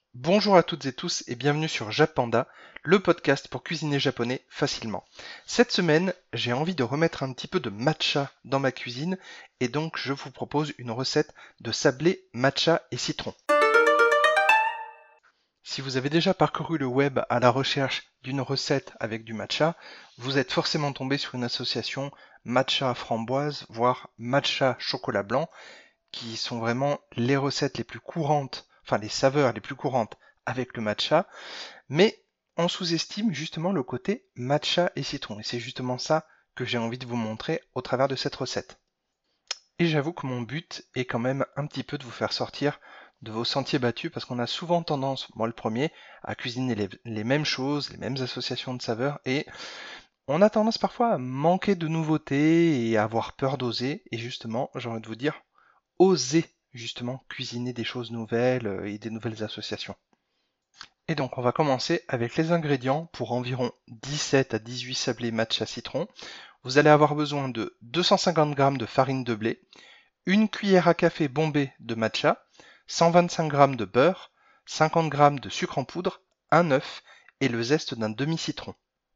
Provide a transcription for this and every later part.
Bonjour à toutes et tous et bienvenue sur Japanda, le podcast pour cuisiner japonais facilement. Cette semaine, j'ai envie de remettre un petit peu de matcha dans ma cuisine et donc je vous propose une recette de sablé matcha et citron. Si vous avez déjà parcouru le web à la recherche d'une recette avec du matcha, vous êtes forcément tombé sur une association matcha framboise, voire matcha chocolat blanc, qui sont vraiment les recettes les plus courantes, enfin les saveurs les plus courantes avec le matcha, mais on sous-estime justement le côté matcha et citron. Et c'est justement ça que j'ai envie de vous montrer au travers de cette recette. Et j'avoue que mon but est quand même un petit peu de vous faire sortir de vos sentiers battus parce qu'on a souvent tendance, moi le premier, à cuisiner les mêmes choses, les mêmes associations de saveurs et on a tendance parfois à manquer de nouveautés et à avoir peur d'oser. Et justement, j'ai envie de vous dire, osez justement cuisiner des choses nouvelles et des nouvelles associations. Et donc on va commencer avec les ingrédients pour environ 17 à 18 sablés matcha citron. Vous allez avoir besoin de 250 g de farine de blé, une cuillère à café bombée de matcha, 125 g de beurre, 50 g de sucre en poudre, un œuf et le zeste d'un demi-citron.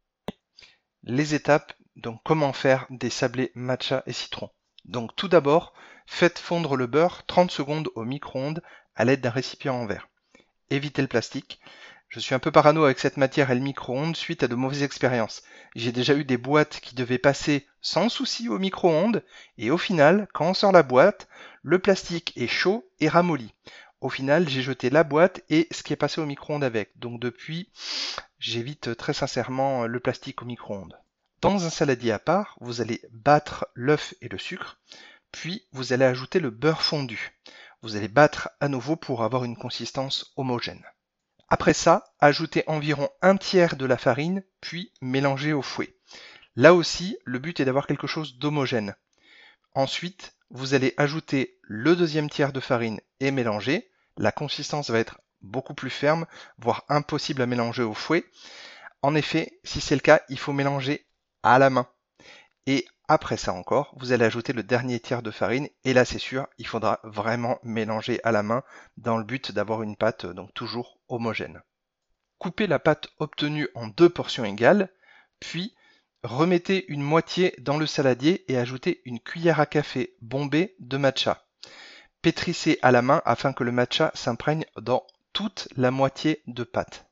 Les étapes, donc comment faire des sablés matcha et citron. Donc tout d'abord, faites fondre le beurre 30 secondes au micro-ondes à l'aide d'un récipient en verre. Évitez le plastique. Je suis un peu parano avec cette matière et le micro-ondes suite à de mauvaises expériences. J'ai déjà eu des boîtes qui devaient passer sans souci au micro-ondes et au final, quand on sort la boîte, le plastique est chaud et ramolli. Au final, j'ai jeté la boîte et ce qui est passé au micro-ondes avec. Donc depuis, j'évite très sincèrement le plastique au micro-ondes. Dans un saladier à part, vous allez battre l'œuf et le sucre, puis vous allez ajouter le beurre fondu. Vous allez battre à nouveau pour avoir une consistance homogène. Après ça, ajoutez environ un tiers de la farine, puis mélangez au fouet. Là aussi, le but est d'avoir quelque chose d'homogène. Ensuite, vous allez ajouter le deuxième tiers de farine et mélanger. La consistance va être beaucoup plus ferme, voire impossible à mélanger au fouet. En effet, si c'est le cas, il faut mélanger à la main. Et après ça encore, vous allez ajouter le dernier tiers de farine. Et là, c'est sûr, il faudra vraiment mélanger à la main dans le but d'avoir une pâte donc toujours homogène. Coupez la pâte obtenue en deux portions égales, puis remettez une moitié dans le saladier et ajoutez une cuillère à café bombée de matcha. Pétrissez à la main afin que le matcha s'imprègne dans toute la moitié de pâte.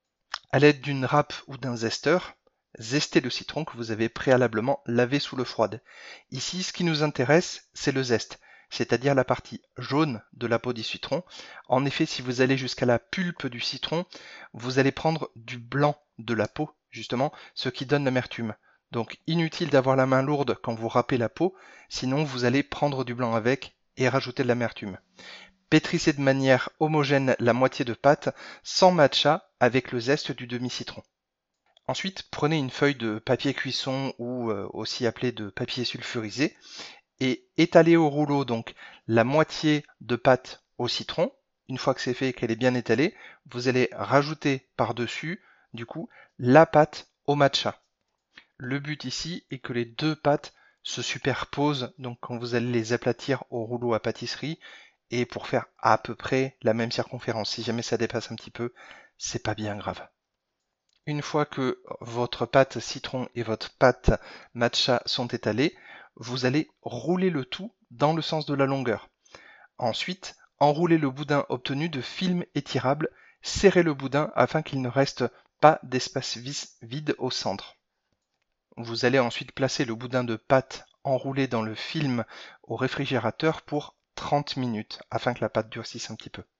À l'aide d'une râpe ou d'un zesteur, zestez le citron que vous avez préalablement lavé sous l'eau froide. Ici, ce qui nous intéresse, c'est le zeste, c'est-à-dire la partie jaune de la peau du citron. En effet, si vous allez jusqu'à la pulpe du citron, vous allez prendre du blanc de la peau, justement, ce qui donne l'amertume. Donc inutile d'avoir la main lourde quand vous râpez la peau, sinon vous allez prendre du blanc avec et rajouter de l'amertume. Pétrissez de manière homogène la moitié de pâte sans matcha avec le zeste du demi-citron. Ensuite, prenez une feuille de papier cuisson ou aussi appelé de papier sulfurisé et étalez au rouleau donc la moitié de pâte au citron. Une fois que c'est fait et qu'elle est bien étalée, vous allez rajouter par-dessus du coup la pâte au matcha. Le but ici est que les deux pâtes se superposent donc quand vous allez les aplatir au rouleau à pâtisserie et pour faire à peu près la même circonférence. Si jamais ça dépasse un petit peu, c'est pas bien grave. Une fois que votre pâte citron et votre pâte matcha sont étalées, vous allez rouler le tout dans le sens de la longueur. Ensuite, enroulez le boudin obtenu de film étirable, serrez le boudin afin qu'il ne reste pas d'espace vide au centre. Vous allez ensuite placer le boudin de pâte enroulé dans le film au réfrigérateur pour 30 minutes afin que la pâte durcisse un petit peu.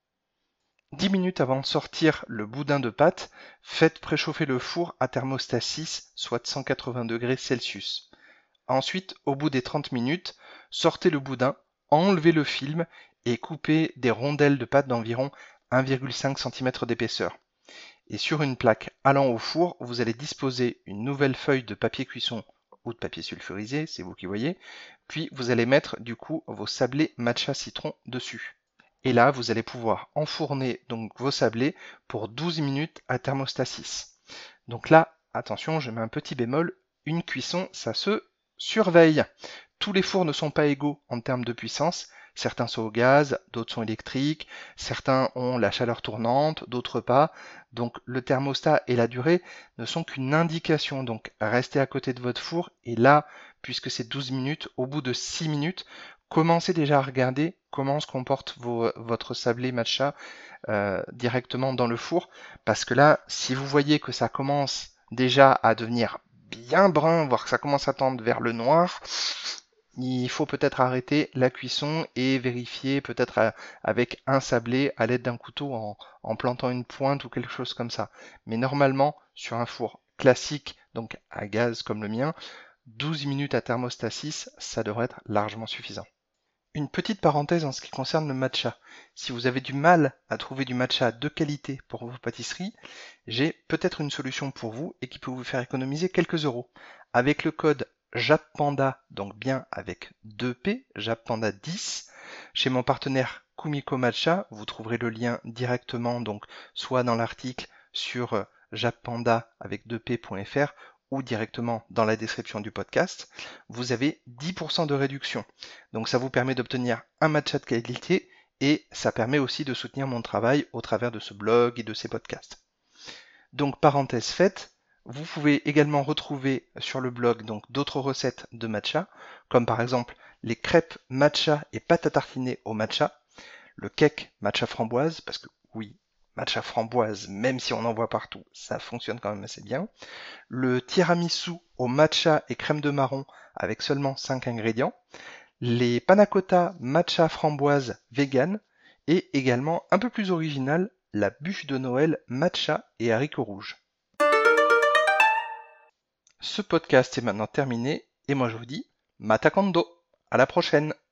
10 minutes avant de sortir le boudin de pâte, faites préchauffer le four à thermostat 6, soit 180 degrés Celsius. Ensuite, au bout des 30 minutes, sortez le boudin, enlevez le film et coupez des rondelles de pâte d'environ 1,5 cm d'épaisseur. Et sur une plaque allant au four, vous allez disposer une nouvelle feuille de papier cuisson ou de papier sulfurisé, c'est vous qui voyez, puis vous allez mettre du coup vos sablés matcha citron dessus. Et là, vous allez pouvoir enfourner donc vos sablés pour 12 minutes à thermostat 6. Donc là, attention, je mets un petit bémol, une cuisson, ça se surveille. Tous les fours ne sont pas égaux en termes de puissance. Certains sont au gaz, d'autres sont électriques, certains ont la chaleur tournante, d'autres pas. Donc le thermostat et la durée ne sont qu'une indication. Donc restez à côté de votre four et là, puisque c'est 12 minutes, au bout de 6 minutes, commencez déjà à regarder comment se comporte votre sablé matcha directement dans le four. Parce que là, si vous voyez que ça commence déjà à devenir bien brun, voire que ça commence à tendre vers le noir, il faut peut-être arrêter la cuisson et vérifier peut-être avec un sablé à l'aide d'un couteau en plantant une pointe ou quelque chose comme ça. Mais normalement, sur un four classique, donc à gaz comme le mien, 12 minutes à thermostat 6, ça devrait être largement suffisant. Une petite parenthèse en ce qui concerne le matcha. Si vous avez du mal à trouver du matcha de qualité pour vos pâtisseries, j'ai peut-être une solution pour vous et qui peut vous faire économiser quelques euros. Avec le code JAPPANDA, donc bien avec 2P, JAPPANDA 10, chez mon partenaire Kumiko Matcha, vous trouverez le lien directement, donc soit dans l'article sur jappanda avec 2p.fr ou directement dans la description du podcast, vous avez 10% de réduction. Donc ça vous permet d'obtenir un matcha de qualité et ça permet aussi de soutenir mon travail au travers de ce blog et de ces podcasts. Donc parenthèse faite, vous pouvez également retrouver sur le blog donc d'autres recettes de matcha, comme par exemple les crêpes matcha et pâte à tartiner au matcha, le cake matcha framboise, parce que oui, matcha framboise, même si on en voit partout, ça fonctionne quand même assez bien, le tiramisu au matcha et crème de marron avec seulement 5 ingrédients, les panna cotta matcha framboise vegan et également un peu plus original, la bûche de Noël matcha et haricots rouges. Ce podcast est maintenant terminé et moi je vous dis Mata Kando. À la prochaine.